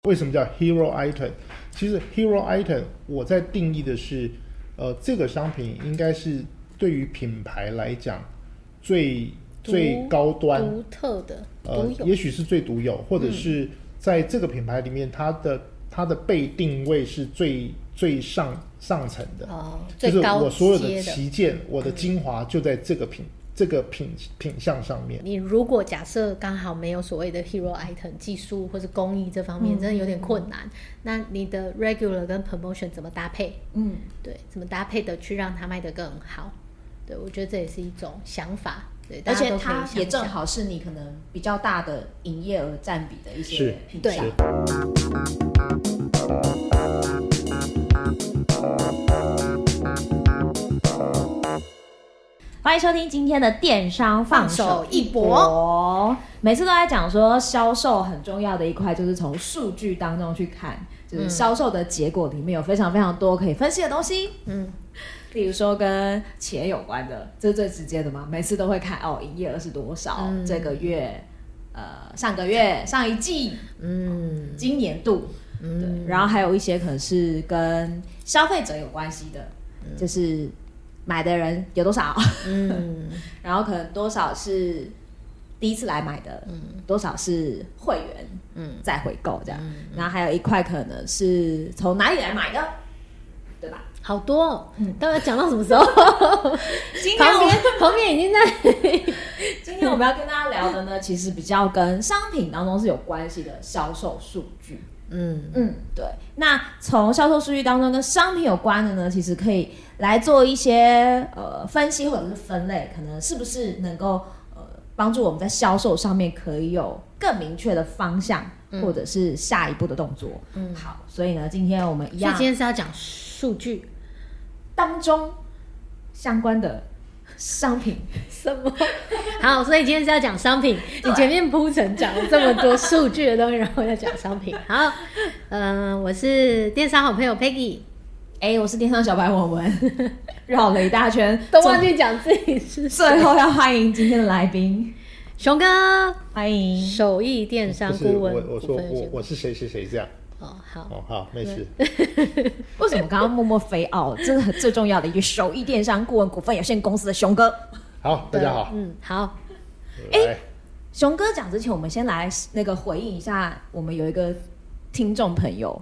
为什么叫 hero item？ 其实 hero item 我在定义的是，这个商品应该是对于品牌来讲最高端、 独特的、独有， 也许是最独有，或者是在这个品牌里面，它的被定位是最上层的，就是我所有的旗舰，我的精华就在这个品项上面。 你如果假设刚好没有所谓的 hero item 技术或是工艺这方面，真的有点困难，那你的 regular 跟 promotion 怎么搭配？对，怎么搭配的去让它卖得更好？对，我觉得这也是一种想法。对， 而且它也正好是你可能比较大的营业额占比的一些品项。欢迎收听今天的电商放手一搏。每次都在讲说销售很重要的一块就是从数据当中去看，就是销售的结果里面有非常非常多可以分析的东西。例如说跟钱有关的，这是最直接的嘛，每次都会看营业额是多少，这个月上个月上一季今年度，对，然后还有一些可能是跟消费者有关系的，就是买的人有多少，然后可能多少是第一次来买的，多少是会员，再回购这样，然后还有一块可能是从哪里来买的，对吧？ 好多哦，到底讲到什么时候？今天旁边已经在。 今天我们要跟大家聊的呢，其实比较跟商品当中是有关系的销售数据。对。那从销售数据当中跟商品有关的呢，其实可以来做一些分析或者是分类，可能是不是能够帮助我们在销售上面可以有更明确的方向，或者是下一步的动作。好，所以呢，今天我们一样， 所以今天是要讲数据当中相关的商品什么？好，所以今天是要讲商品。你前面铺陈讲了这么多数据的东西，然后要讲商品。好，我是电商好朋友 Peggy， 我是电商小白文文，绕了一大圈， 都忘记讲自己是谁。 最后要欢迎今天的来宾熊哥， 欢迎手艺电商顾问。 我说我是谁这样。好，没事。 为什么刚刚默默飞傲？这是最重要的一句，手艺电商顾问股份有限公司的熊哥。 好，大家好。 好。 熊哥讲之前，我们先来那个回应一下，我们有一个听众朋友。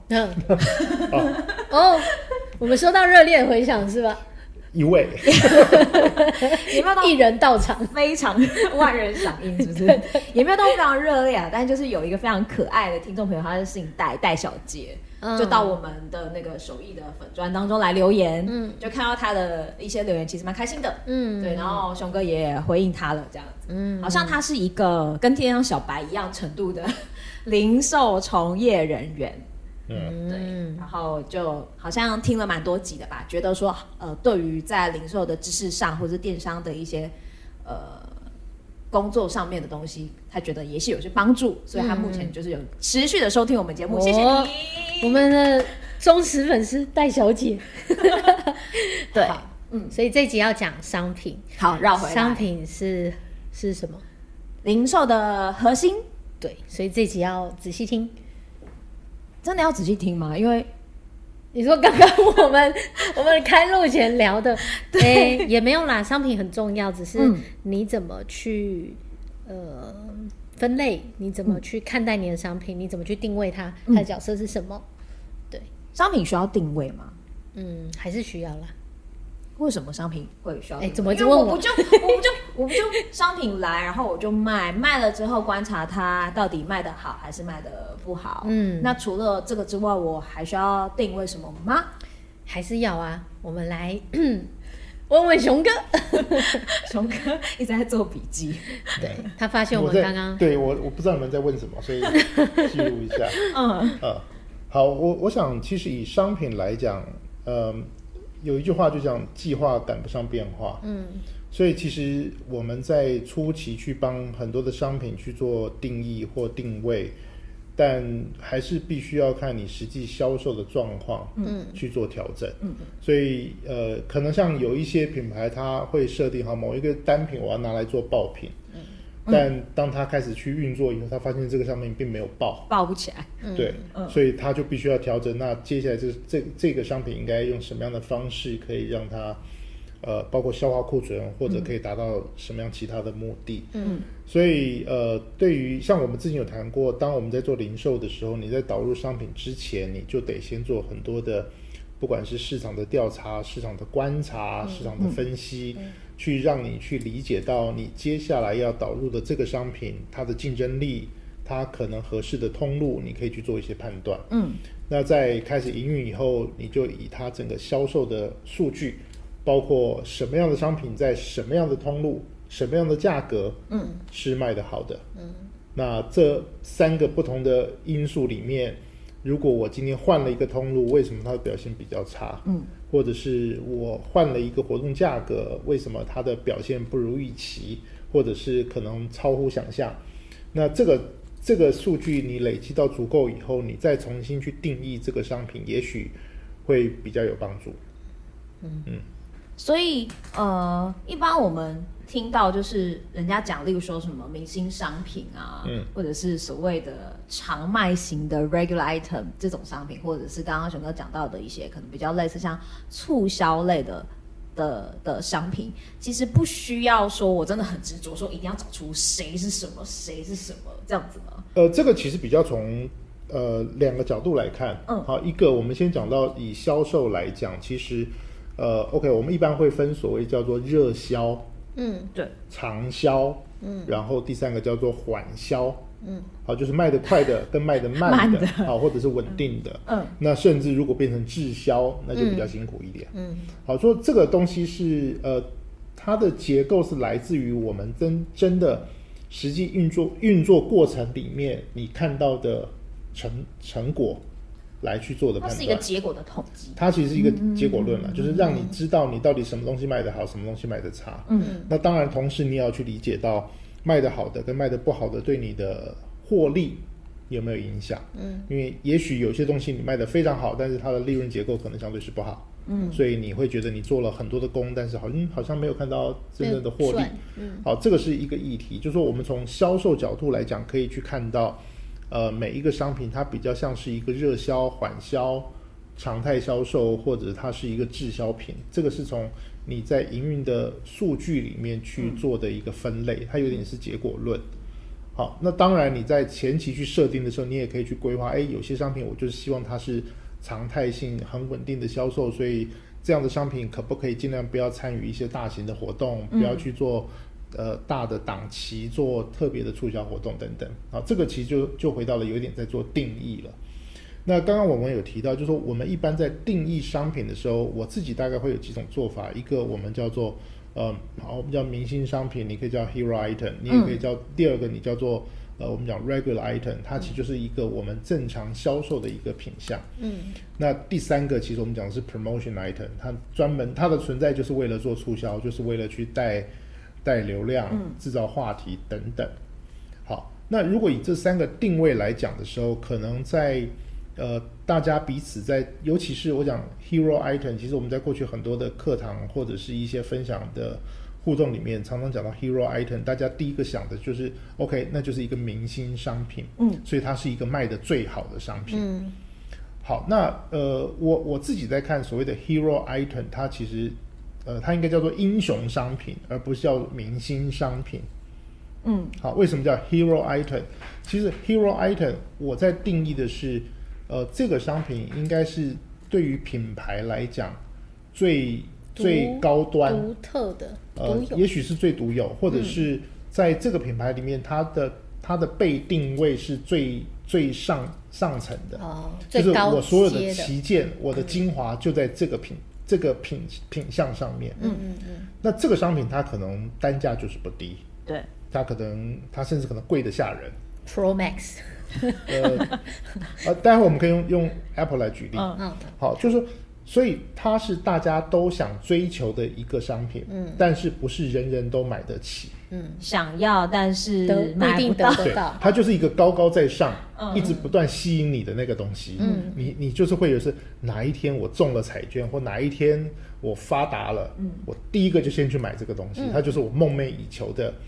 我们收到热烈的回响是吧？ 一位， 也没有到一人到场， 非常万人响应，是不是？也没有到非常热烈啊，但就是有一个非常可爱的听众朋友，他是姓戴小杰，就到我们的那个手艺的粉专当中来留言，就看到他的一些留言，其实蛮开心的，对，然后熊哥也回应他了，这样子，好像他是一个跟电商小白一样程度的零售从业人员。对，然后就好像听了蛮多集的吧，觉得说对于在零售的知识上或者是电商的一些工作上面的东西，他觉得也是有些帮助，所以他目前就是有持续的收听我们节目，谢谢你， 我们的忠实粉丝戴小姐。 对， 所以这集要讲商品， 好，绕回来， 商品是什么？ 零售的核心， 对，所以这集要仔细听。 真的要仔细听吗？因为你说刚刚我们开录前聊的，也没有啦。商品很重要，只是你怎么去分类，你怎么去看待你的商品，你怎么去定位它，它的角色是什么？对， 商品需要定位吗？ 还是需要啦。 为什么商品会需要定位？ 怎么就问我？ 我不就商品来，然后我就卖了之后观察它到底卖得好还是卖得不好。那除了这个之外，我还需要定位什么吗？ 还是要啊。我们来问问熊哥。 熊哥一直在做笔记， 对，他发现我们刚刚对我不知道你们在问什么，所以记录一下。好，我想其实以商品来讲，有一句话就讲计划赶不上变化，所以其实我们在初期去帮很多的商品去做定义或定位，但还是必须要看你实际销售的状况，去做调整。所以可能像有一些品牌它会设定好某一个单品我要拿来做爆品， 但当他开始去运作以后，他发现这个商品并没有爆不起来， 对，所以他就必须要调整。那接下来这个商品应该用什么样的方式可以让它包括消化库存，或者可以达到什么样其他的目的？所以对于像我们之前有谈过，当我们在做零售的时候，你在导入商品之前，你就得先做很多的，不管是市场的调查、市场的观察、市场的分析，去让你去理解到你接下来要导入的这个商品，它的竞争力，它可能合适的通路，你可以去做一些判断。那在开始营运以后，你就以它整个销售的数据，包括什么样的商品在什么样的通路、什么样的价格，是卖得好的。那这3个不同的因素里面，如果我今天换了一个通路，为什么它的表现比较差？或者是我换了一个活动价格，为什么它的表现不如预期，或者是可能超乎想象？那这个数据你累积到足够以后，你再重新去定义这个商品，也许会比较有帮助。 所以一般我们听到就是人家讲，例如说什么明星商品啊，或者是所谓的常卖型的 regular item 这种商品，或者是刚刚熊哥讲到的一些可能比较类似像促销类的商品，其实不需要说我真的很执着说一定要找出谁是什么谁是什么这样子吗？ 这个其实比较从2个角度来看。好，一个我们先讲到以销售来讲，其实OK， 我们一般会分所谓叫做热销， 对， 长销，然后第3个叫做缓销，好，就是卖得快的跟卖得慢的，好，或者是稳定的，那甚至如果变成滞销，那就比较辛苦一点。好，说这个东西是它的结构是来自于我们真的实际运作过程里面你看到的成果来去做的判断。 它是一个结果的统计， 它其实是一个结果论啦，就是让你知道你到底什么东西卖得好，什么东西卖得差。那当然同时你也要去理解到卖得好的跟卖得不好的对你的获利有没有影响。因为也许有些东西你卖得非常好，但是它的利润结构可能相对是不好。所以你会觉得你做了很多的工，但是好像没有看到真正的获利。好，这个是一个议题，就是说我们从销售角度来讲，可以去看到每一个商品它比较像是一个热销、缓销、常态销售，或者它是一个滞销品。这个是从你在营运的数据里面去做的一个分类，它有点是结果论。好，那当然你在前期去设定的时候，你也可以去规划，有些商品我就是希望它是常态性很稳定的销售，所以这样的商品可不可以尽量不要参与一些大型的活动，不要去做大的档期，做特别的促销活动等等。好，这个其实就回到了有一点在做定义了。那刚刚我们有提到，就是说我们一般在定义商品的时候，我自己大概会有几种做法。一个我们叫做好，我们叫明星商品，你可以叫 hero item， 你也可以叫第2个你叫做我们讲 regular item， 它其实就是一个我们正常销售的一个品项。那第3个其实我们讲的是 promotion item， 它的存在就是为了做促销，就是为了去带流量，制造话题等等。好，那如果以这3个定位来讲的时候，可能在大家彼此尤其是我讲 hero item， 其实我们在过去很多的课堂或者是一些分享的互动里面，常常讲到 hero item， 大家第一个想的就是 OK， 那就是一个明星商品，所以它是一个卖的最好的商品。好，那我自己在看所谓的 hero item， 它其实它应该叫做英雄商品，而不是叫明星商品。好，为什么叫 hero item？ 其实 hero item 我在定义的是这个商品应该是对于品牌来讲最高端、 独特的， 也许是最独有，或者是在这个品牌里面，它的被定位是最上层的。就是我所有的旗舰，我的精华就在这个品项上面。那这个商品它可能单价就是不低， 对， 它甚至可能贵得吓人。 Pro Max。 待会我们可以用 Apple 来举例。好，就是所以它是大家都想追求的一个商品，但是不是人人都买得起。 想要但是买不到。 对，它就是一个高高在上，一直不断吸引你的那个东西。你就是会有是哪一天我中了彩券，或哪一天我发达了，我第一个就先去买这个东西，它就是我梦寐以求的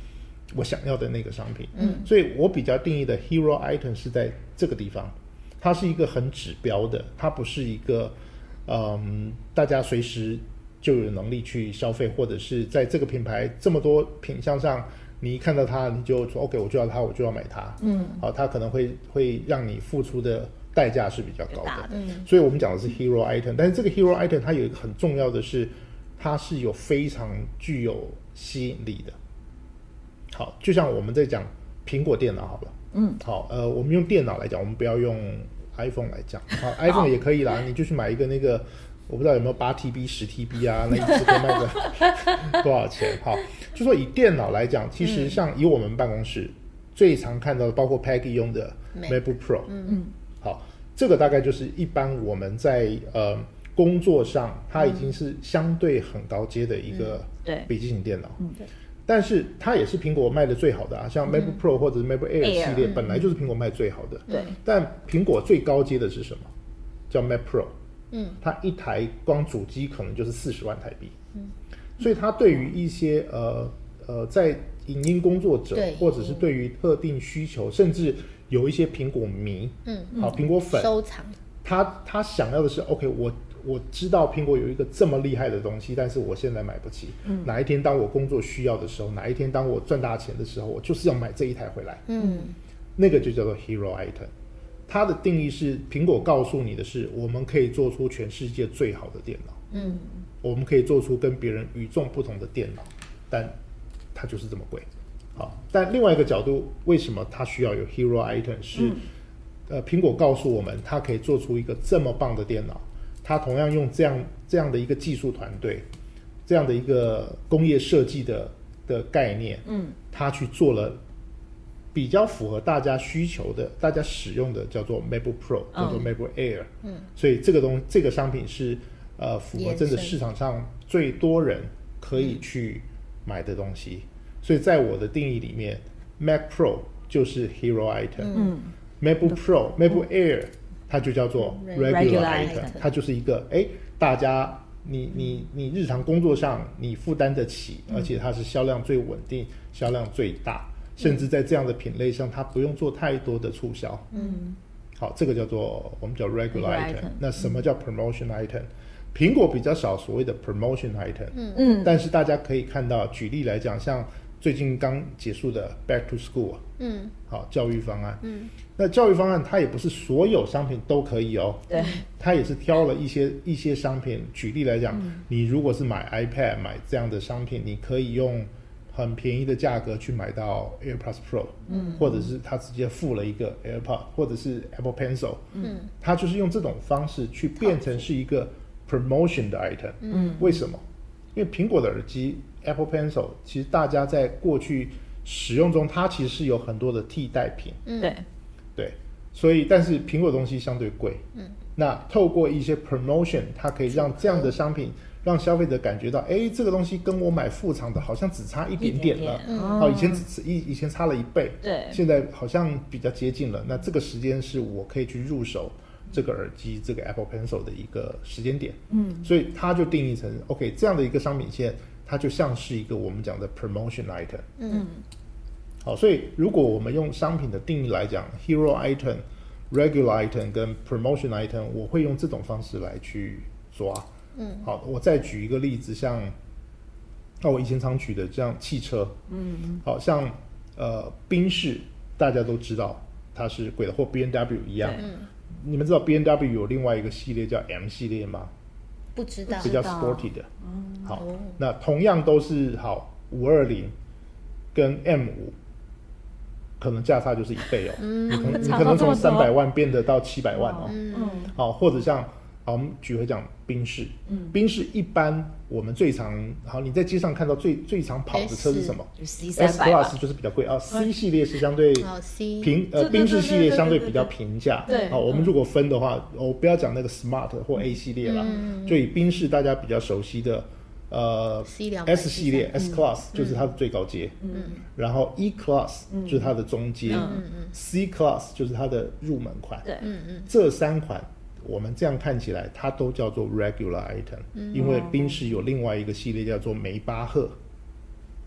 我想要的那个商品。所以我比较定义的 hero item 是在这个地方，它是一个很指标的，它不是一个大家随时就有能力去消费，或者是在这个品牌这么多品项上，你一看到它你就说 OK 我就要它，我就要买它。好，它可能会让你付出的代价是比较高的。所以我们讲的是 hero item， 但是这个 hero item 它有一个很重要的是，它是有非常具有吸引力的。好，就像我们在讲苹果电脑好了，好，我们用电脑来讲，我们不要用 iPhone 来讲，好，iPhone 也可以啦，你就去买一个那个，我不知道有没有8TB、10TB 啊，那一次可以卖个多少钱？好，就说以电脑来讲，其实像以我们办公室最常看到的，包括 Peggy 用的 MacBook Pro，好，这个大概就是一般我们在工作上，它已经是相对很高阶的一个笔记型电脑。但是它也是苹果卖的最好的啊，像 MacBook Pro 或者是 MacBook Air 系列，本来就是苹果卖最好的。但苹果最高阶的是什么？叫 Mac Pro。它一台光主机可能就是40万台币。所以它对于一些在影音工作者，或者是对于特定需求，甚至有一些苹果迷，好，苹果粉收藏， 他想要的是 OK， 我知道苹果有一个这么厉害的东西，但是我现在买不起。哪一天当我工作需要的时候，哪一天当我赚大钱的时候，我就是要买这一台回来。那个就叫做 hero item。它的定义是，苹果告诉你的是，我们可以做出全世界最好的电脑。我们可以做出跟别人与众不同的电脑，但它就是这么贵。好，但另外一个角度，为什么它需要有 hero item？ 是苹果告诉我们，它可以做出一个这么棒的电脑。他同样用这样的一个技术团队，这样的一个工业设计的概念，他去做了比较符合大家需求的、大家使用的，叫做 MacBook Pro， 叫做 MacBook Air。所以这个商品是符合真的市场上最多人可以去买的东西。所以在我的定义里面，Mac Pro 就是 hero item，MacBook Pro、MacBook Air。它就叫做 regular item， 它就是一个大家你日常工作上你负担得起，而且它是销量最稳定、销量最大，甚至在这样的品类上，它不用做太多的促销。好，这个叫做我们叫 regular item。那什么叫 promotion item？ 苹果比较少所谓的 promotion item，但是大家可以看到，举例来讲，像最近刚结束的 Back to School，好，教育方案，那教育方案它也不是所有商品都可以哦， 对， 它也是挑了一些商品。举例来讲，你如果是买 iPad 买这样的商品，你可以用很便宜的价格去买到 AirPods Pro，或者是它直接附了一个 AirPod， 或者是 Apple Pencil，它就是用这种方式去变成是一个 promotion 的 item。为什么？因为苹果的耳机 Apple Pencil 其实大家在过去使用中，它其实是有很多的替代品。对，所以但是苹果的东西相对贵。那透过一些 promotion， 它可以让这样的商品让消费者感觉到，这个东西跟我买副厂的好像只差一点点了。以前差了1倍， 对， 现在好像比较接近了。那这个时间是我可以去入手这个耳机，这个 Apple Pencil 的一个时间点。所以它就定义成 OK 这样的一个商品线，它就像是一个我们讲的 promotion item。好，所以如果我们用商品的定义来讲 ，hero item、regular item 跟 promotion item， 我会用这种方式来去抓。好，我再举一个例子，像我以前常举的这样汽车，好像宾士大家都知道它是贵的，或 B&W 一样。你们知道 B&W 有另外一个系列叫 M 系列吗？ 不知道， 比较 sporty 的。好，那同样都是好520跟 M5。可能价差就是1倍哦，你可能从300万变得到700万哦。好，或者像我们举回讲宾士，宾士一般我们最常你在街上看到最常跑的车是什么？ C300 Class 就是比较贵C 系列是相对宾士系列相对比较平价。 对， 我们如果分的话，我不要讲那个 Smart 或 A 系列啦，就以宾士大家比较熟悉的。S 系列 S Class 就是它的最高阶，然后 E Class 就是它的中阶，C Class 就是它的入门款。这3款我们这样看起来，它都叫做 regular item，因为宾士有另外一个系列叫做梅巴赫，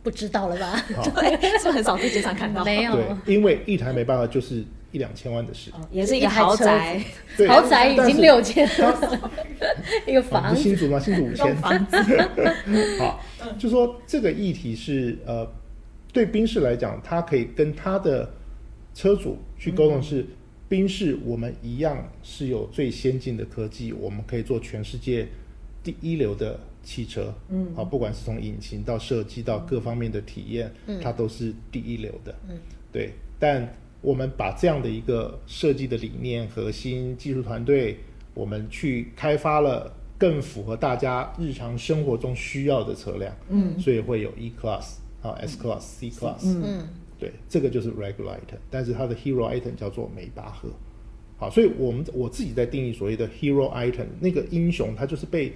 不知道了吧？ 对，是很少在街上看到。 没有， 对，因为一台没办法就是1-2千万的事， 也是一个豪宅， 豪宅已经6000了，一个房子。 新竹吗？新竹5000。好，就说这个议题是对宾士来讲，他可以跟他的车主去沟通是。宾士我们一样是有最先进的科技，我们可以做全世界第一流的汽车，不管是从引擎到设计到各方面的体验，它都是第一流的，对。但我们把这样的一个设计的理念、核心技术团队，我们去开发了更符合大家日常生活中需要的车辆，所以会有 E-Class、S Class、C Class，对，这个就是 regular item， 但是它的 hero item 叫做梅巴赫。好，所以我自己在定义所谓的 hero item， 那个英雄他就是被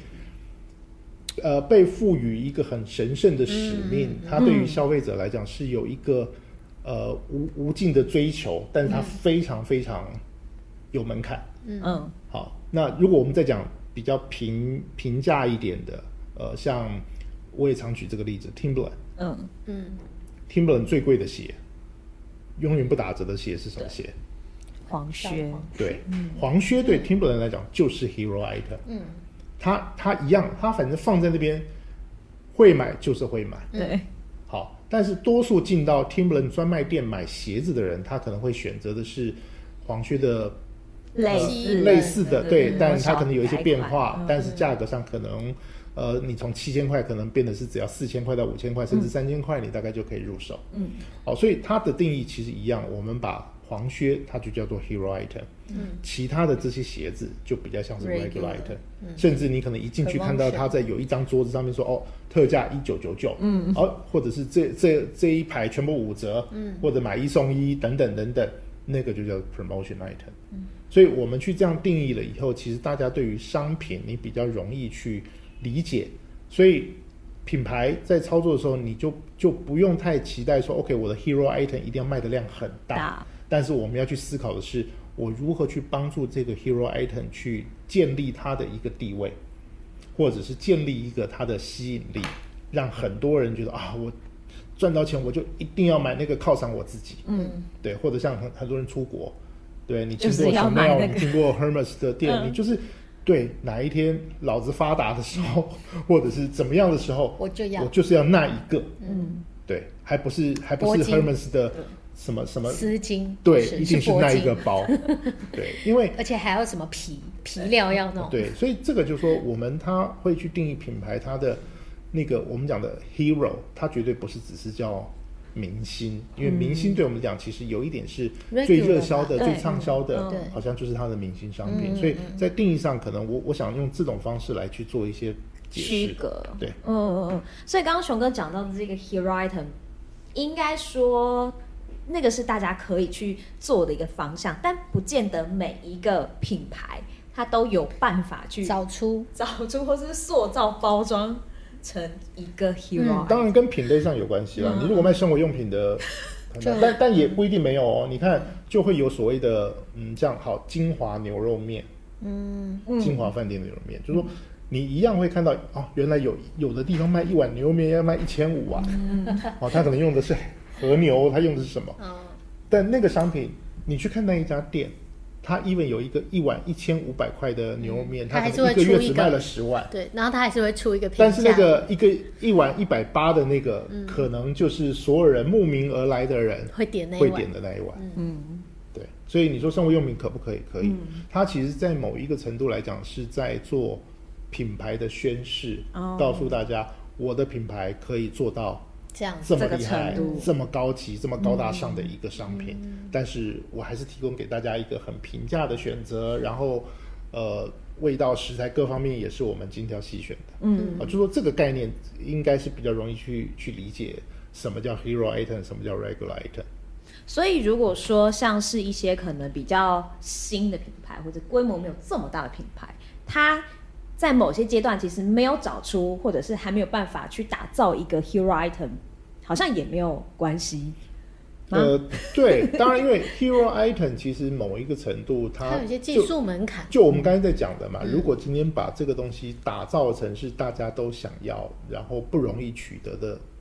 赋予一个很神圣的使命，他对于消费者来讲是有一个无尽的追求，但是他非常非常有门槛。好，那如果我们再讲比较平价一点的，像我也常举这个例子 Timberland。Timberland 最贵的鞋，永远不打折的鞋是什么鞋？ 黄靴。 对，黄靴对 Timberland 来讲就是 hero item。它一样，它反正放在那边，会买就是会买。 对。 好，但是多数进到 Timberland 专卖店买鞋子的人，他可能会选择的是黄靴的类似的，对，但它可能有一些变化，但是价格上可能。你从7000块可能变得是只要4000块到5000块，甚至3000块，你大概就可以入手。好，所以它的定义其实一样，我们把黄靴它就叫做 hero item，其他的这些鞋子就比较像是 regular item，甚至你可能一进去看到它在有一张桌子上面说特价1999，或者是这一排全部5折，或者买1送1等等等等，那个就叫 promotion item。所以我们去这样定义了以后，其实大家对于商品你比较容易去理解，所以品牌在操作的时候，你就不用太期待说 ，OK， 我的 hero item 一定要卖的量很大。但是我们要去思考的是，我如何去帮助这个 hero item 去建立它的一个地位，或者是建立一个它的吸引力，让很多人觉得我赚到钱我就一定要买那个犒赏我自己。对，或者像很多人出国，对你经过 Chanel， 你经过 Hermes 的店，你就是。对，哪一天老子发达的时候，或者是怎么样的时候，我就是要那一个。对，还不是 Hermes 的什么丝巾，对，一定是那一个包。对，因为而且还有什么皮料要弄。 对，所以这个就是说，他会去定义品牌，它的那个我们讲的 hero， 它绝对不是只是叫明星，因为明星对我们讲其实有一点是最热销的、最畅销的，好像就是它的明星商品，所以在定义上可能我想用这种方式来去做一些解释区隔。 对， 所以刚刚熊哥讲到的这个 hero item， 应该说那个是大家可以去做的一个方向，但不见得每一个品牌它都有办法去找出或是塑造包装成一个 hero， 当然跟品类上有关系啦。你如果卖生活用品的，但也不一定没有哦。你看，就会有所谓的这样好金华牛肉面，金华饭店的牛肉面，就是说你一样会看到原来有的地方卖一碗牛肉面要卖1500啊，他可能用的是和牛，他用的是什么？但那个商品，你去看那一家店。他 even 有一碗1500块的牛肉面，他可能一个月只卖了10万。 对，然后他还是会出一个平价。 但是那个一碗180的那个，可能就是所有人慕名而来的人会点的那一碗。对，所以你说生活用品可不可以？可以。它其实，在某一个程度来讲，是在做品牌的宣示，告诉大家我的品牌可以做到。这么厉害，这么高级，这么高大上的一个商品，但是我还是提供给大家一个很平价的选择，然后味道、食材各方面也是我们精挑细选的。就说这个概念应该是比较容易去理解什么叫 hero item， 什么叫 regular item。 所以如果说像是一些可能比较新的品牌，或者规模没有这么大的品牌，它在某些阶段其实没有找出，或者是还没有办法去打造一个 hero item， 好像也没有关系。 对，当然因为 hero item 其实某一个程度它有一些技术门槛， 就我们刚才在讲的嘛，如果今天把这个东西打造成是大家都想要，然后不容易取得的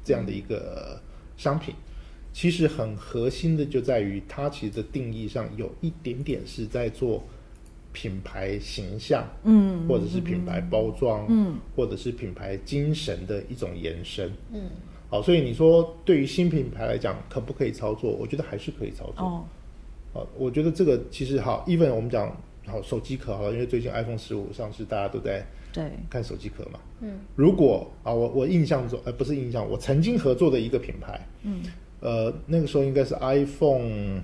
这样的一个商品，其实很核心的就在于它其实的定义上有一点点是在做品牌形象，或者是品牌包装，或者是品牌精神的一种延伸，好，所以你说对于新品牌来讲可不可以操作？我觉得还是可以操作。我觉得这个其实好 ，even 我们讲好手机壳好了，因为最近 iPhone 15上市，大家都在看手机壳嘛。如果我印象中不是印象，我曾经合作的一个品牌，那个时候应该是 iPhone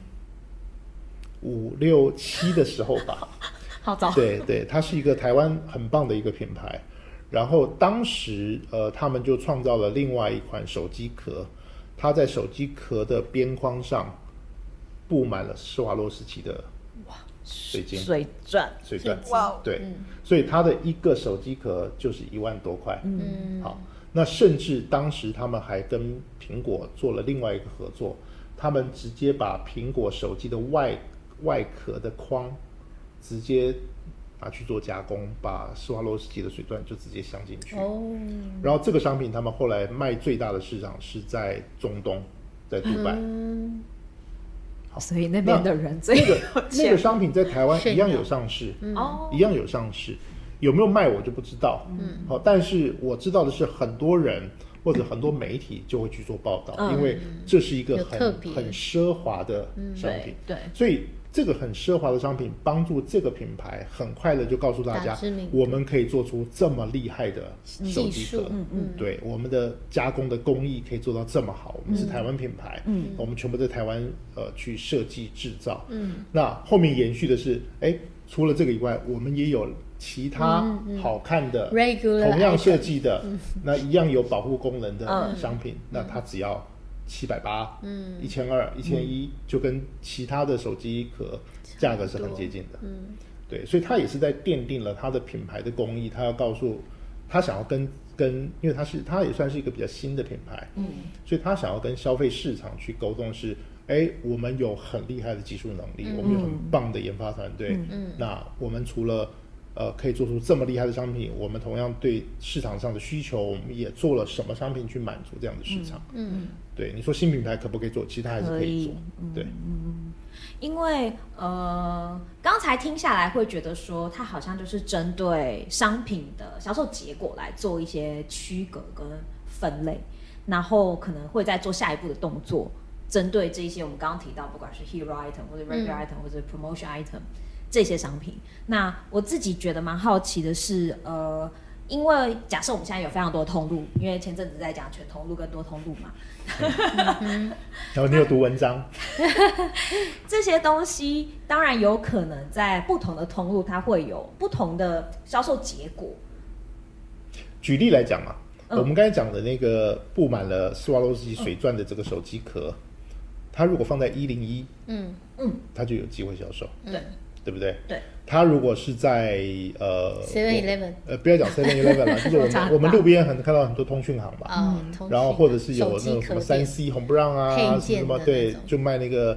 5、6、7的时候吧。 好早。 对，它是一个台湾很棒的一个品牌。然后当时他们就创造了另外一款手机壳，它在手机壳的边框上布满了施华洛世奇的水晶、 水钻， 哇，对，所以它的一个手机壳就是1万多块。好，那甚至当时他们还跟苹果做了另外一个合作，他们直接把苹果手机的外壳的框直接拿去做加工，把施华洛世奇的水钻就直接镶进去。然后这个商品他们后来卖最大的市场是在中东，在杜拜。 所以那边的人那个商品在台湾一样有上市，一样有上市，有没有卖我就不知道。好，但是我知道的是很多人或者很多媒体就会去做报道，因为这是一个很奢华的商品。 对， 所以这个很奢华的商品帮助这个品牌很快的就告诉大家，我们可以做出这么厉害的手机壳。对，我们的加工的工艺可以做到这么好，我们是台湾品牌，我们全部在台湾去设计制造。那后面延续的是，除了这个以外，我们也有其他好看的同样设计的，那一样有保护功能的商品，那它只要780、1200、1100，就跟其他的手机壳价格是很接近的。对，所以它也是在奠定了它的品牌的工艺，它要告诉他想要跟，因为它也算是一个比较新的品牌，所以他想要跟消费市场去沟通是，我们有很厉害的技术能力，我们有很棒的研发团队，那我们除了可以做出这么厉害的商品，我们同样对市场上的需求，我们也做了什么商品去满足这样的市场。对，你说新品牌可不可以做？其实它还是可以做。对， 因为刚才听下来会觉得说，它好像就是针对商品的销售结果来做一些区隔跟分类，然后可能会再做下一步的动作，针对这些我们刚刚提到，不管是 hero item 或者 regular item 或者 promotion item 这些商品。那我自己觉得蛮好奇的是，因为假设我们现在有非常多的通路，因为前阵子在讲全通路跟多通路嘛， 然后你有读文章， 这些东西当然有可能在不同的通路，它会有不同的销售结果。 举例来讲嘛，我们刚才讲的那个布满了施华洛世奇水钻的这个手机壳，它如果放在101，它就有机会销售。对不对？ 对， 它如果是在 7-Eleven， 不要讲 7-Eleven 了，就是我们路边看到很多通讯行吧，然后或者是有那种什么3C 红不让啊，什么对，就卖那个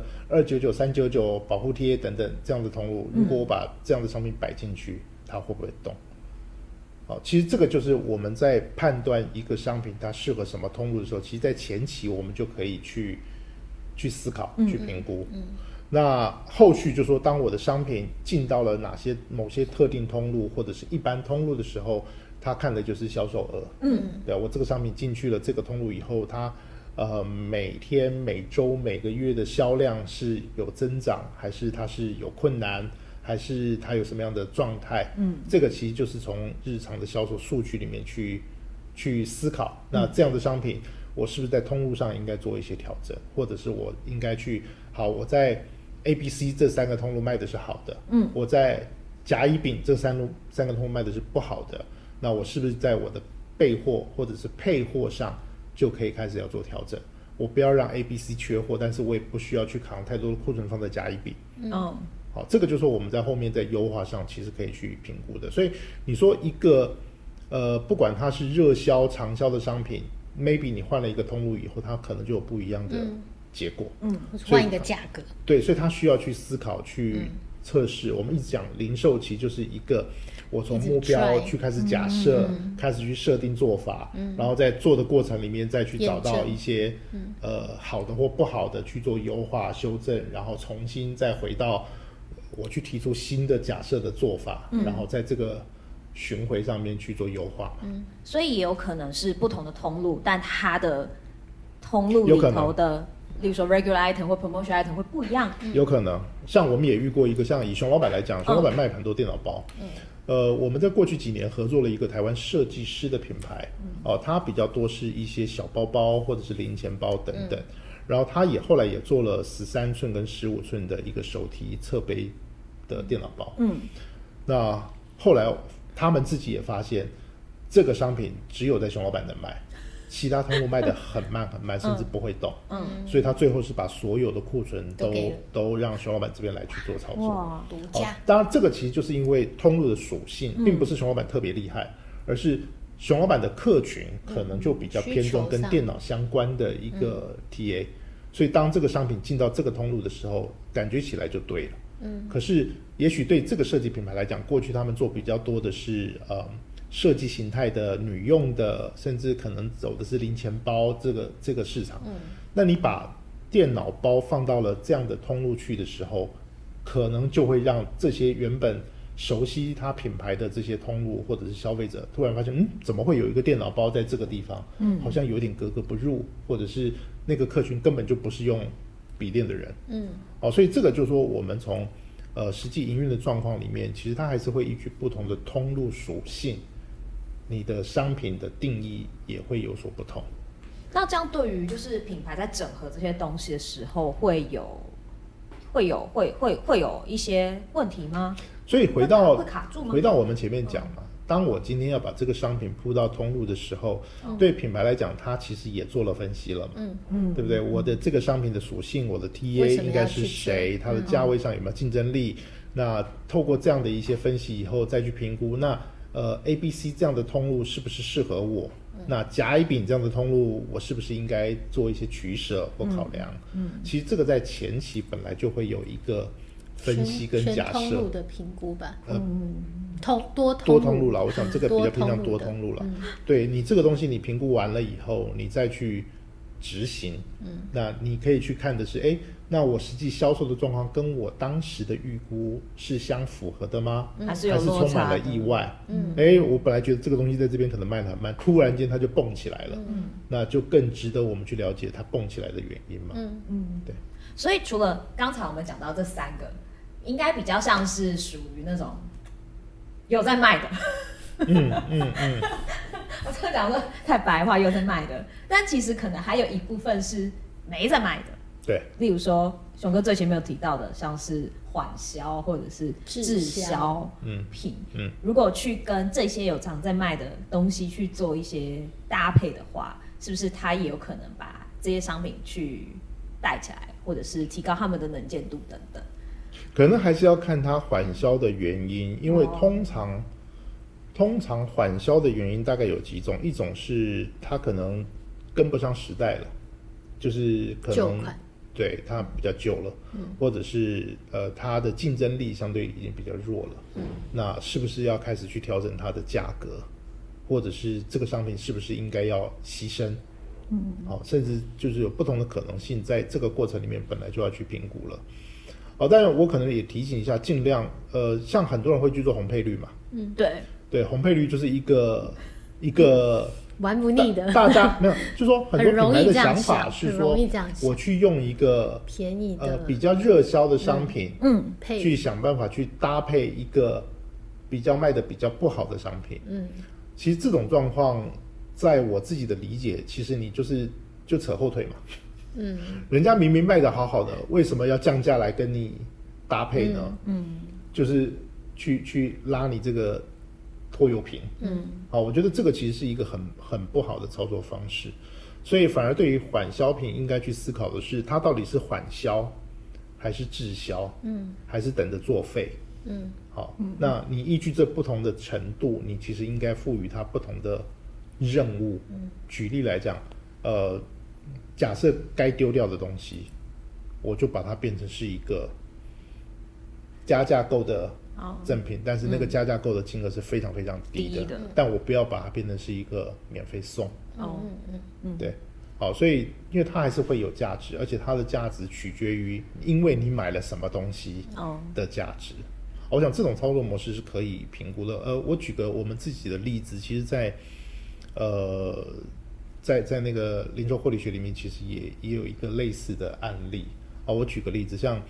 299、399保护贴等等这样的通路，如果我把这样的商品摆进去，它会不会动？好，其实这个就是我们在判断一个商品它适合什么通路的时候，其实在前期我们就可以去思考、去评估。那后续就说，当我的商品进到了某些特定通路或者是一般通路的时候，他看的就是销售额。对，我这个商品进去了这个通路以后，它每天、每周、每个月的销量是有增长，还是它是有困难，还是它有什么样的状态？这个其实就是从日常的销售数据里面去思考。那这样的商品，我是不是在通路上应该做一些调整，或者是我应该我在ABC 这3个通路卖的是好的，我在甲乙丙这三个通路卖的是不好的，那我是不是在我的备货或者是配货上就可以开始要做调整？我不要让 ABC 缺货，但是我也不需要去扛太多的库存放在甲乙丙。好，这个就是说我们在后面在优化上其实可以去评估的。所以你说一个不管它是热销、长销的商品，maybe 你换了一个通路以后，它可能就有不一样的结果， 换一个价格。 对，所以他需要去思考，去测试。我们一直讲零售期就是一个我从目标去开始假设，开始去设定做法，然后在做的过程里面再去找到一些好的或不好的去做优化修正，然后重新再回到我去提出新的假设的做法，然后在这个巡回上面去做优化。 所以也有可能是不同的通路，但它的通路里头的例如说 regular item 或 promotion item 会不一样。 有可能，像我们也遇过一个，像以熊老板来讲，熊老板卖很多电脑包。我们在过去几年合作了一个台湾设计师的品牌，它比较多是一些小包包或者是零钱包等等。然后他也后来也做了13寸跟15寸的一个手提侧背的电脑包。那后来他们自己也发现，这个商品只有在熊老板能卖。其他通路卖得很慢很慢，甚至不会动。所以他最后是把所有的库存都让熊老板这边来去做操作。 哇， 独家。 当然这个其实就是因为通路的属性，并不是熊老板特别厉害，而是熊老板的客群可能就比较偏重跟电脑相关的一个 TA，所以当这个商品进到这个通路的时候，感觉起来就对了。可是也许对这个设计品牌来讲，过去他们做比较多的是设计形态的女用的，甚至可能走的是零钱包这个市场。那你把电脑包放到了这样的通路去的时候，可能就会让这些原本熟悉它品牌的这些通路或者是消费者突然发现，怎么会有一个电脑包在这个地方？好像有点格格不入，或者是那个客群根本就不是用笔电的人。所以这个就是说我们从实际营运的状况里面，其实它还是会依据不同的通路属性，你的商品的定义也会有所不同。 那这样对于就是品牌在整合这些东西的时候，会有一些问题吗？ 所以回到会卡住吗？ 回到我们前面讲嘛，当我今天要把这个商品铺到通路的时候，对品牌来讲，它其实也做了分析了嘛，对不对？我的这个商品的属性，我的 TA 应该是谁，它的价位上有没有竞争力？那透过这样的一些分析以后，再去评估，那ABC 这样的通路是不是适合我？那甲乙丙这样的通路，我是不是应该做一些取舍或考量？其实这个在前期本来就会有一个分析跟假设。 全通路的评估吧。 多通路了，我想这个比较偏向多通路了。对，你这个东西你评估完了以后，你再去执行。那你可以去看的是，那我实际销售的状况跟我当时的预估是相符合的吗？ 还是充满了意外？我本来觉得这个东西在这边可能卖得很慢，突然间它就蹦起来了。那就更值得我们去了解它蹦起来的原因嘛。对。 所以除了刚才我们讲到这3个，应该比较像是属于那种有在卖的。我这样讲说太白话，有在卖的，但其实可能还有一部分是没在卖的。 对， 例如说熊哥最前面有提到的，像是缓销或者是滞销品，如果去跟这些有常在卖的东西去做一些搭配的话，是不是它也有可能把这些商品去带起来，或者是提高他们的能见度等等？ 可能还是要看它缓销的原因，因为通常缓销的原因大概有几种，一种是它可能跟不上时代了，就是可能对它比较旧了，或者是它的竞争力相对已经比较弱了，那是不是要开始去调整它的价格，或者是这个商品是不是应该要牺牲？甚至就是有不同的可能性，在这个过程里面本来就要去评估了。当然我可能也提醒一下，尽量像很多人会去做红配率嘛，对，红配率就是一个玩不腻的， 大家没有，就是说很多品牌的想法是说，我去用一个便宜的比较热销的商品，去想办法去搭配一个比较卖的比较不好的商品，其实这种状况，在我自己的理解，其实你就扯后腿嘛，人家明明卖的好好的，为什么要降价来跟你搭配呢？就是去拉你这个拖油瓶。我觉得这个其实是一个很不好的操作方式，所以反而对于缓销品应该去思考的是，它到底是缓销还是滞销，还是等着作废。那你依据这不同的程度，你其实应该赋予它不同的任务。举例来讲，假设该丢掉的东西，我就把它变成是一个加价购的赠品，但是那个加价购的金额是非常非常低的，但我不要把它变成是一个免费送。对，好，所以因为它还是会有价值，而且它的价值取决于因为你买了什么东西的价值。我想这种操作模式是可以评估的。我举个我们自己的例子，其实在那个零售获利学里面，其实也有一个类似的案例。我举个例子，像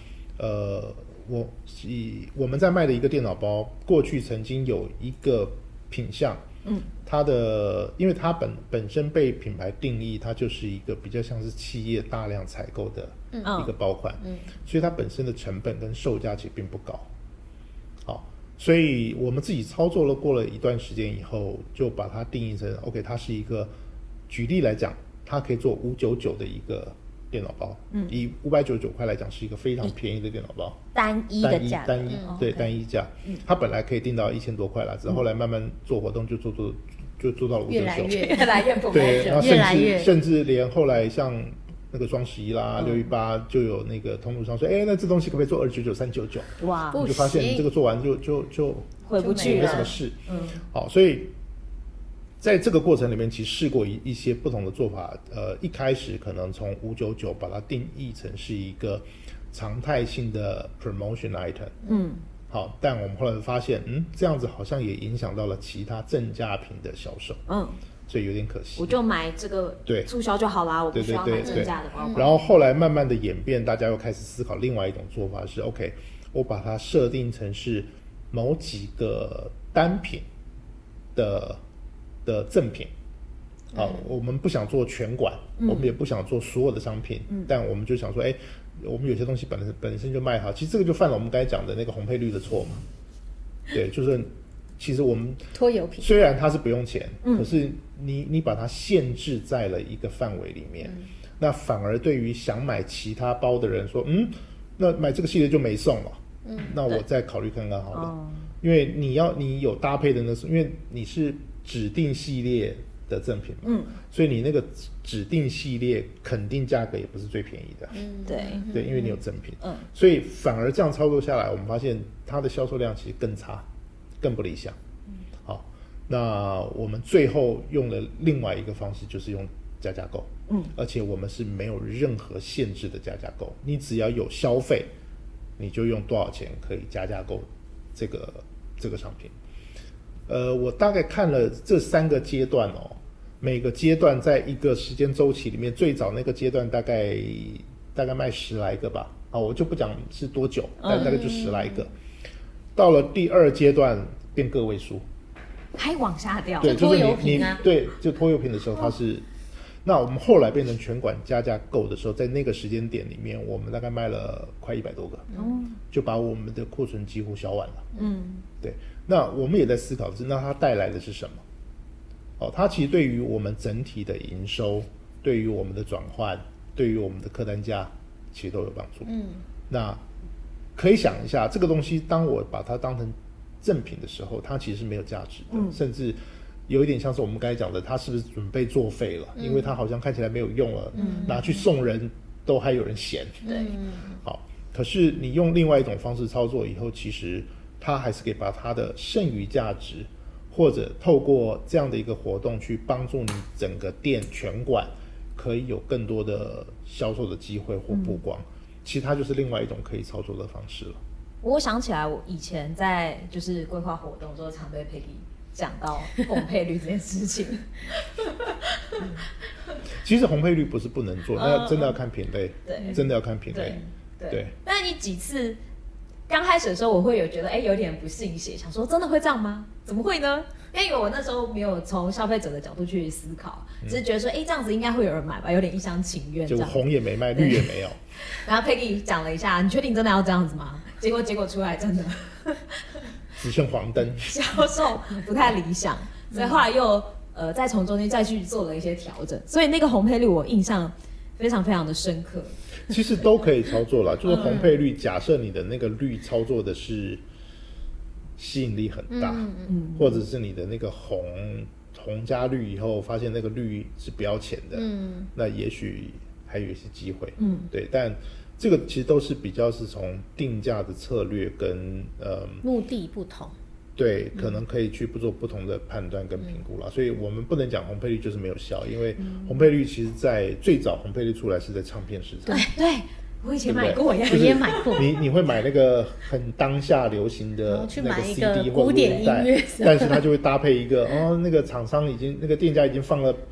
我们在卖的一个电脑包，过去曾经有一个品项，因为它本身被品牌定义，它就是一个比较像是企业大量采购的一个包款，所以它本身的成本跟售价其实并不高。好，所以我们自己操作过了一段时间以后，就把它定义成 OK， 它是一个，举例来讲，它可以做599的一个电脑包，以599块来讲是一做非常便宜的电脑包， 单一的价， 对，单一价，它本来可以定到1000多块啦，之后后来慢慢做活动就做到了599， 越来越不对，然后越来越甚至连后来像那个双11啦、618就有那个通路商说，那这东西可不可以做299、399？ 哇， 你就发现你这个做完就回不去了， 没什么事。好，所以在这个过程里面，其实试过一些不同的做法。一开始可能从599把它定义成是一个常态性的 promotion item。好，但我们后来发现，这样子好像也影响到了其他正价品的销售。所以有点可惜。 我就买这个促销就好啦，我不需要买正价的包包。 然后后来慢慢的演变，大家又开始思考另外一种做法是 ，OK， 我把它设定成是某几个单品的赠品。好，我们不想做全馆，我们也不想做所有的商品，但我们就想说，我们有些东西本身就卖好，其实这个就犯了我们刚才讲的那个红配绿的错嘛。对，就是其实我们拖油瓶虽然它是不用钱，可是你把它限制在了一个范围里面，那反而对于想买其他包的人说，那买这个系列就没送了，那我再考虑看看好了，因为你有搭配的那是因为你是指定系列的赠品嘛，所以你那个指定系列肯定价格也不是最便宜的，对，因为你有赠品，所以反而这样操作下来，我们发现它的销售量其实更差，更不理想。好，那我们最后用了另外一个方式，就是用加价购，而且我们是没有任何限制的加价购，你只要有消费，你就用多少钱可以加价购这个商品。我大概看了这3个阶段每个阶段在一个时间周期里面，最早那个阶段大概卖10来个吧，我就不讲是多久，但大概就10来个。到了第2阶段变个位数， 还往下掉， 对， 拖油瓶啊，对，就拖油瓶的时候它是。那我们后来变成全馆加价购的时候，在那个时间点里面，我们大概卖了快100多个，就把我们的库存几乎销完了。对。那我们也在思考的是，那它带来的是什么？它其实对于我们整体的营收，对于我们的转换，对于我们的客单价，其实都有帮助。那可以想一下，这个东西当我把它当成赠品的时候，它其实是没有价值的，甚至有一点像是我们刚才讲的，它是不是准备作废了？因为它好像看起来没有用了，拿去送人都还有人嫌。 对， 好，可是你用另外一种方式操作以后，其实它还是可以把它的剩余价值，或者透过这样的一个活动去帮助你整个店全馆可以有更多的销售的机会或曝光。其实它就是另外一种可以操作的方式了。 我想起来，我以前在就是规划活动的时候，常被 Peggy 讲到红配绿这件事情。 其实红配绿不是不能做，那真的要看品类，真的要看品类。对。 但你几次刚开始的时候，我会有觉得有点不信邪，想说真的会这样吗？怎么会呢？因为我那时候没有从消费者的角度去思考，只是觉得说这样子应该会有人买吧，有点一厢情愿。 就红也没卖，绿也没有。 然后 Peggy 讲了一下，你确定真的要这样子吗？结果出来真的只剩黄灯， 销售不太理想，所以后来又再从中间再去做了一些调整，所以那个红配绿我印象非常非常的深刻。 其实都可以操作啦，就是红配绿，假设你的那个绿操作的是吸引力很大，或者是你的那个红加绿以后发现那个绿是不要钱的，那也许还有一些机会，对，但这个其实都是比较是从定价的策略跟目的不同， 对，可能可以去做不同的判断跟评估啦。所以我们不能讲红配绿就是没有效，因为红配绿其实在最早红配绿出来是在唱片市场。 对，我以前买过呀， 我也买过。 你会买那个很当下流行的那个 CD 或者录音带，但是它就会搭配一个那个厂商已经那个店家已经放了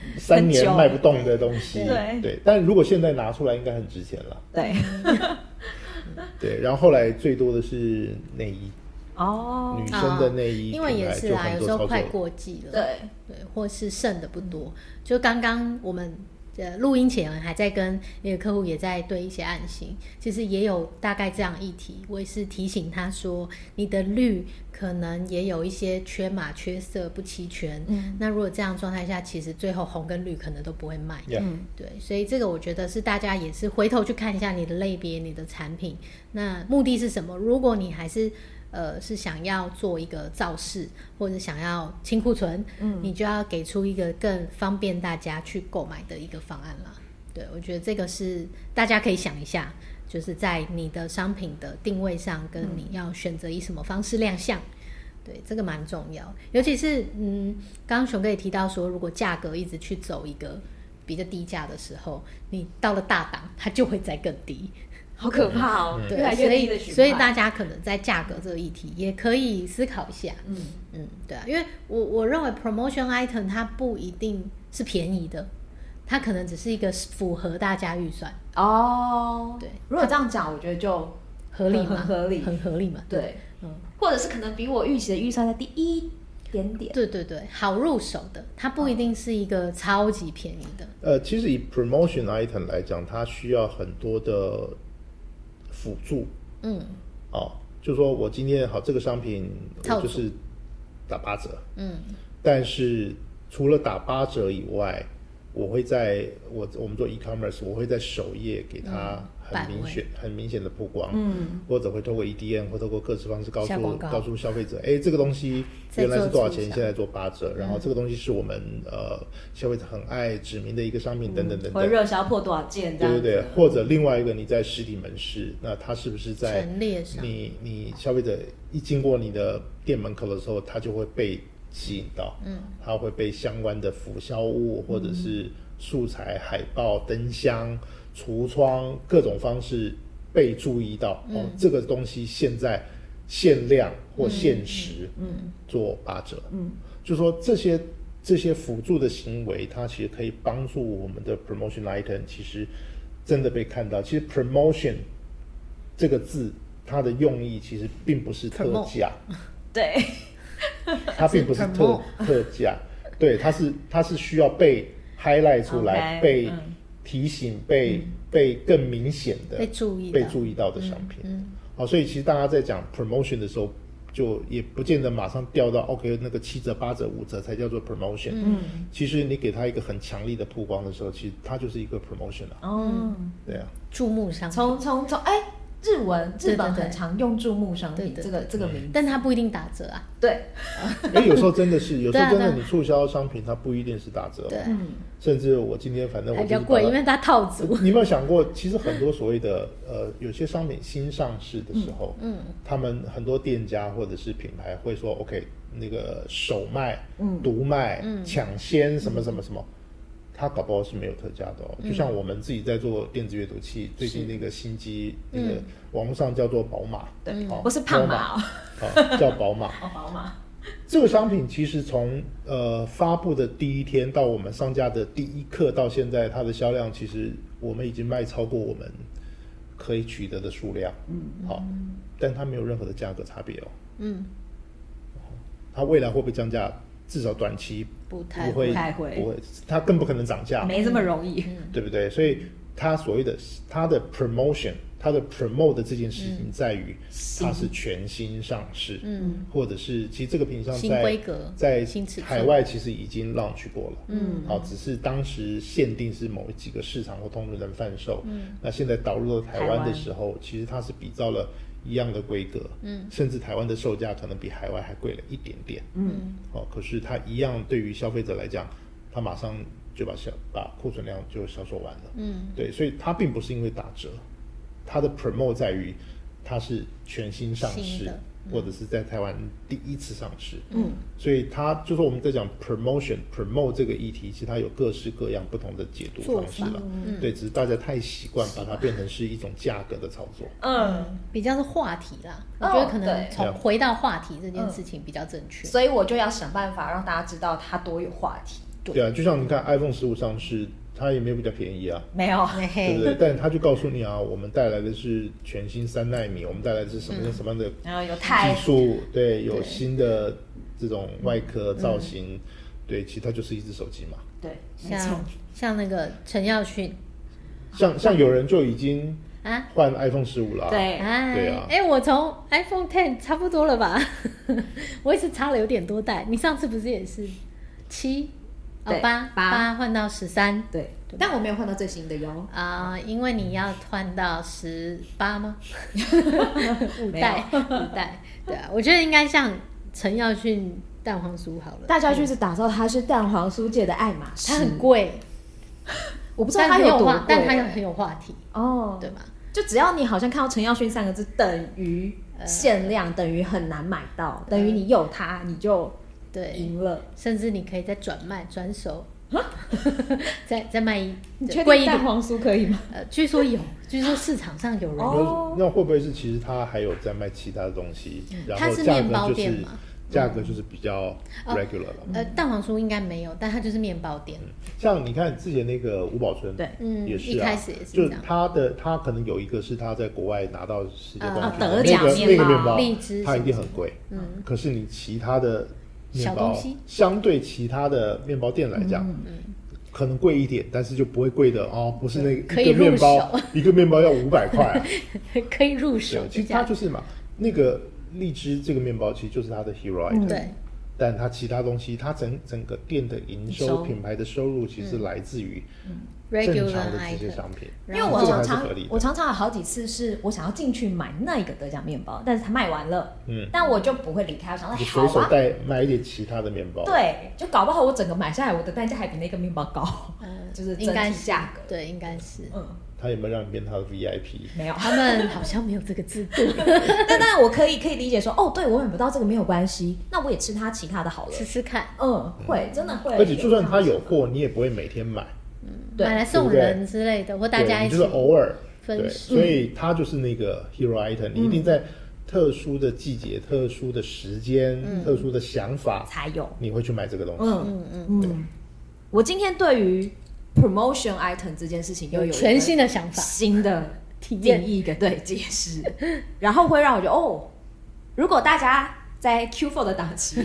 3年卖不动的东西，对。但如果现在拿出来，应该很值钱了。 对， 对。然后后来最多的是内衣。女生的内衣， 因为也是啊，有时候快过季了，对，或是剩的不多。就刚刚我们录音前还在跟一个客户也在对一些案型，其实也有大概这样议题，我也是提醒他说，你的绿可能也有一些缺码、缺色、不齐全。那如果这样状态下，其实最后红跟绿可能都不会卖。对，所以这个我觉得是大家也是回头去看一下你的类别、你的产品，那目的是什么？如果你还是是想要做一个造势，或者想要清库存，你就要给出一个更方便大家去购买的一个方案啦。对，我觉得这个是大家可以想一下，就是在你的商品的定位上，跟你要选择以什么方式亮相，对，这个蛮重要。尤其是刚刚熊哥也提到说，如果价格一直去走一个比较低价的时候，你到了大档，它就会再更低。 好可怕哦！ 对，所以大家可能在价格这个议题也可以思考一下。对啊，因为我认为 promotion item 它不一定是便宜的，它可能只是一个符合大家预算。 对，如果这样讲，我觉得就合理嘛， 很合理嘛。 对，或者是可能比我预期的预算再低一点点。 对，好入手的，它不一定是一个超级便宜的。 其实以 promotion item 来讲，它需要很多的辅助，就是说我今天好这个商品我就是打8折，但是除了打8折以外，我会在我们做 e-commerce， 我会在首页给它很明显的曝光，或者会透过 EDM 或透过各式方式告诉消费者，这个东西原来是多少钱，现在做8折，然后这个东西是我们消费者很爱指明的一个商品，等等等等， 会热销破多少件这样子。 对，或者另外一个你在实体门市，那它是不是在陈列上， 你消费者一经过你的店门口的时候，他就会被吸引到，他会被相关的辅销物或者是素材、海报、灯箱、橱窗各种方式被注意到，这个东西现在限量或限时做8折，就说这些辅助的行为，它其实可以帮助我们的 promotion item 其实真的被看到。其实 promotion 这个字，它的用意其实并不是特价， 对， 它并不是特价，对，它是需要被 highlight 出来，被提醒，被更明显的被注意到的商品。所以其实大家在讲 promotion 的时候，就也不见得马上掉到 OK 那个7折、8折、5折才叫做 promotion。其实你给他一个很强力的曝光的时候，其实它就是一个 promotion 了。对啊， 注目商品。 从日本很常用注目商品这个名字， 但它不一定打折啊。 对， 有时候真的是，有时候真的你促销商品它不一定是打折， 对， 甚至我今天反正我比较贵，因为它套组。 你有没有想过，其实很多所谓的有些商品新上市的时候，他们很多店家或者是品牌会说 OK 那个首卖、独卖、抢先什么什么什么。它搞不好是没有特价的就像我们自己在做电子阅读器，最近那个新机，那个网络上叫做宝马， 对，不是胖马叫宝马。 宝马。 这个商品其实从发布的第一天到我们上架的第一刻到现在，它的销量其实我们已经卖超过我们可以取得的数量，但它没有任何的价格差别它未来会不会降价？至少短期不会，它更不可能涨价， 没这么容易， 对不对？所以它所谓的它的 promotion， 它的 promote 的这件事情在于它是全新上市，或者是其实这个品项在海外其实已经 launch 过了，只是当时限定是某几个市场或通路能贩售，那现在导入到台湾的时候，其实它是比照了一样的规格，甚至台湾的售价可能比海外还贵了一点点，可是它一样对于消费者来讲，它马上就把库存量就销售完了，对，所以它并不是因为打折， 它的 promote 在于它是全新上市，或者是在台湾第一次上市。所以它就说我们在讲 promote 这个议题，其实它有各式各样不同的解读方式了。对，只是大家太习惯把它变成是一种价格的操作。 比较是话题啦。我觉得可能回到话题这件事情比较正确。 所以我就要想办法让大家知道它多有话题。 对啊，就像你看 iPhone 15上市，它也没有比较便宜啊， 没有， 对不对？但他就告诉你啊，我们带来的是全新3奈米，我们带来的是什么什么样的然后有技术，对，有新的这种外壳造型，对，其实它就是一只手机嘛。 对， 像那个陈耀迅， 像有人就已经换 iPhone 15了， 对啊， 我从 iPhone 10差不多了吧？我也是差了有点多代，你上次不是也是7？8换到13， 对，但我没有换到最新的哟。 因为你要换到18吗？5代，对啊，我觉得应该像陈耀迅蛋黄酥好了。 大家就是打造它是蛋黄酥界的爱马仕， 它很贵， 我不知道它有多贵， 但它又很有话题对吧？ 就只要你好像看到陈耀迅3个字，等于限量，等于很难买到，等于你有它你就。对，赢了， 甚至你可以再转手，再卖贵一点。蛋黄酥可以吗？ 据说有，据说市场上有人。 那会不会是其实它还有在卖其他的东西？然后它是面包店嘛？ 价格就是比较 regular 了。 蛋黄酥应该没有，但它就是面包店。 像你看之前那个吴宝春， 对， 也是一开始也是就他可能有一个是他在国外拿到世界冠军得奖那个面包， 荔枝它一定很贵。可是你其他的面包小东西相对其他的面包店来讲，可能贵一点，但是就不会贵的不是那一个面包一个面包要500块， 可以入手。 其实它就是嘛，那个荔枝这个面包其实就是它的 hero item， 对。 但它其他东西，它整个店的营收、品牌的收入，其实来自于正常的这些商品。 因为我常常有好几次是我想要进去买那个得奖面包，但是它卖完了，但我就不会离开，我想说随手买一点其他的面包。 对，就搞不好我整个买下来，我的单价还比那个面包高，就是整体价格。 对，应该是。 他有没有让你变他的 VIP？ 没有， 他们好像没有这个制度。 但我可以理解说，对我买不到这个没有关系，那我也吃他其他的好了， 吃吃看。 会真的会。 而且就算他有货，你也不会每天买， 买来送人之类的，或大家一起， 就是偶尔分。 所以他就是那个 hero item，你一定在特殊的季节、特殊的时间、特殊的想法才有， 你会去买这个东西。 我今天对于promotion item 这件事情又有全新的想法、 新的定义跟解释，然后会让我觉得如果大家在 Q4 的档期，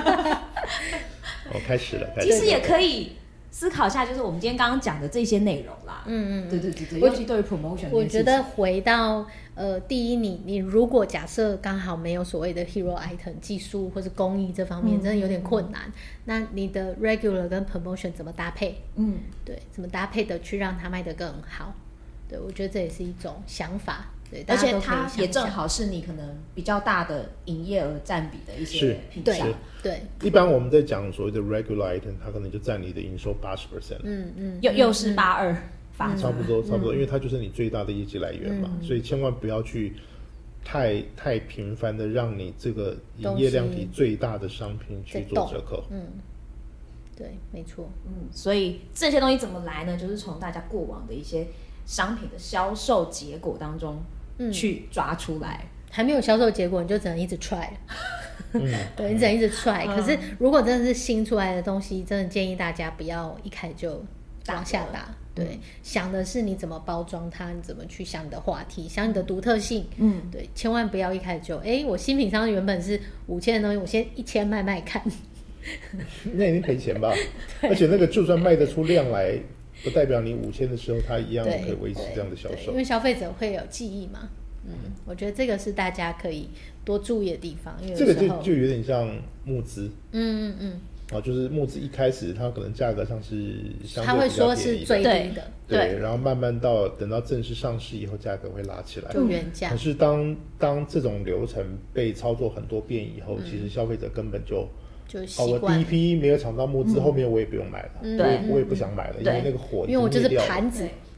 开始了， 其实也可以思考一下，就是我们今天刚刚讲的这些内容啦。对，尤其对于 promotion， 我觉得回到第一，你如果假设刚好没有所谓的 hero item 技术或是工艺这方面，真的有点困难。那你的 regular 跟 promotion 怎么搭配？对，怎么搭配的去让它卖得更好？对，我觉得这也是一种想法。对， 而且它也正好是你可能比较大的营业额占比的一些品项。 对， 一般我们在讲所谓的 regular item， 它可能就占你的营收 80%。 又是82%。 差不多，因为它就是你最大的业绩来源嘛，所以千万不要去太频繁的让你这个营业量体最大的商品去做折扣。 对，没错。 所以这些东西怎么来呢？就是从大家过往的一些商品的销售结果当中去抓出来。 还没有销售结果，你就只能一直 try。对，你只能一直 try。可是如果真的是新出来的东西，真的建议大家不要一开始就往下打。对，想的是你怎么包装它，你怎么去想你的话题，想你的独特性。对，千万不要一开始就我新品商原本是5000的东西，我先1000卖看。 那已经赔钱吧？而且那个就算卖得出量来，不代表你5000的时候它一样可以维持这样的销售。 因为消费者会有记忆嘛。我觉得这个是大家可以多注意的地方。因为这个就有点像募资。就是募资一开始它可能价格上是相对比较便宜的，他会说是最低的， 对，然后慢慢等到正式上市以后，价格会拉起来， 就原价。 可是当这种流程被操作很多遍以后，其实消费者根本就习惯。 我第一批没有抢到募资，后面我也不用买了，我也不想买了，因为那个火， 因为我就是盘子，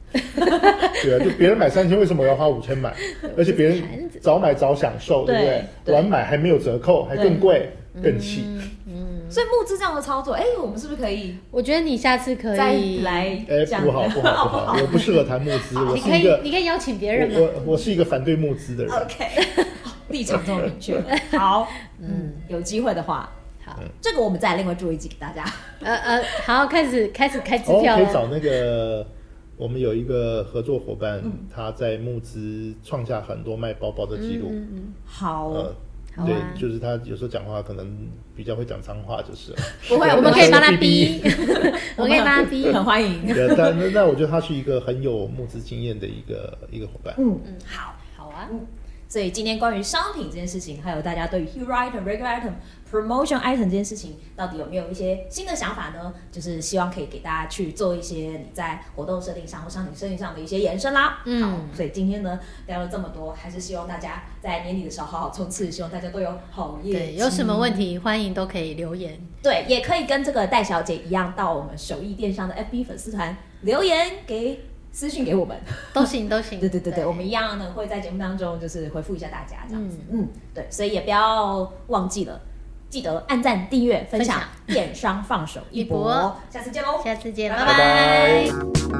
对啊，就别人买3000，为什么我要花5000买？而且别人早买早享受，对不对？晚买还没有折扣，还更贵，更气。 所以募资这样的操作，我们是不是可以？ 我觉得你下次可以再来讲。 不好，我不适合谈募资。我是你可以邀请别人吗？ 我是一个反对募资的人。 OK， 立场这么明确。好，有机会的话。好，这个我们再另外做一集给大家。 好，开始开支票可以找那个，我们有一个合作伙伴，他在募资创下很多卖包包的记录。 好， 对，就是他有时候讲话可能比较会讲脏话，就是了。 不会， 我们可以帮他逼，我们可以帮他逼， 很欢迎。 对，但我觉得他是一个很有募资经验的一个伙伴。 好啊。所以今天关于商品这件事情，还有大家对于 hero item、regular item、promotion item 这件事情，到底有没有一些新的想法呢？就是希望可以给大家去做一些你在活动设定上或商品设定上的一些延伸啦。好，所以今天呢聊了这么多，还是希望大家在年底的时候好好冲刺，希望大家都有好业绩。 对，有什么问题欢迎都可以留言。 对，也可以跟这个戴小姐一样，到我们手艺电商的 FB 粉丝团留言私讯给我们都行。 对，我们一样呢会在节目当中就是回复一下大家这样子。对，所以也不要忘记了，记得按赞、订阅、分享，电商放手一搏。下次见喽！ 下次见， 拜拜。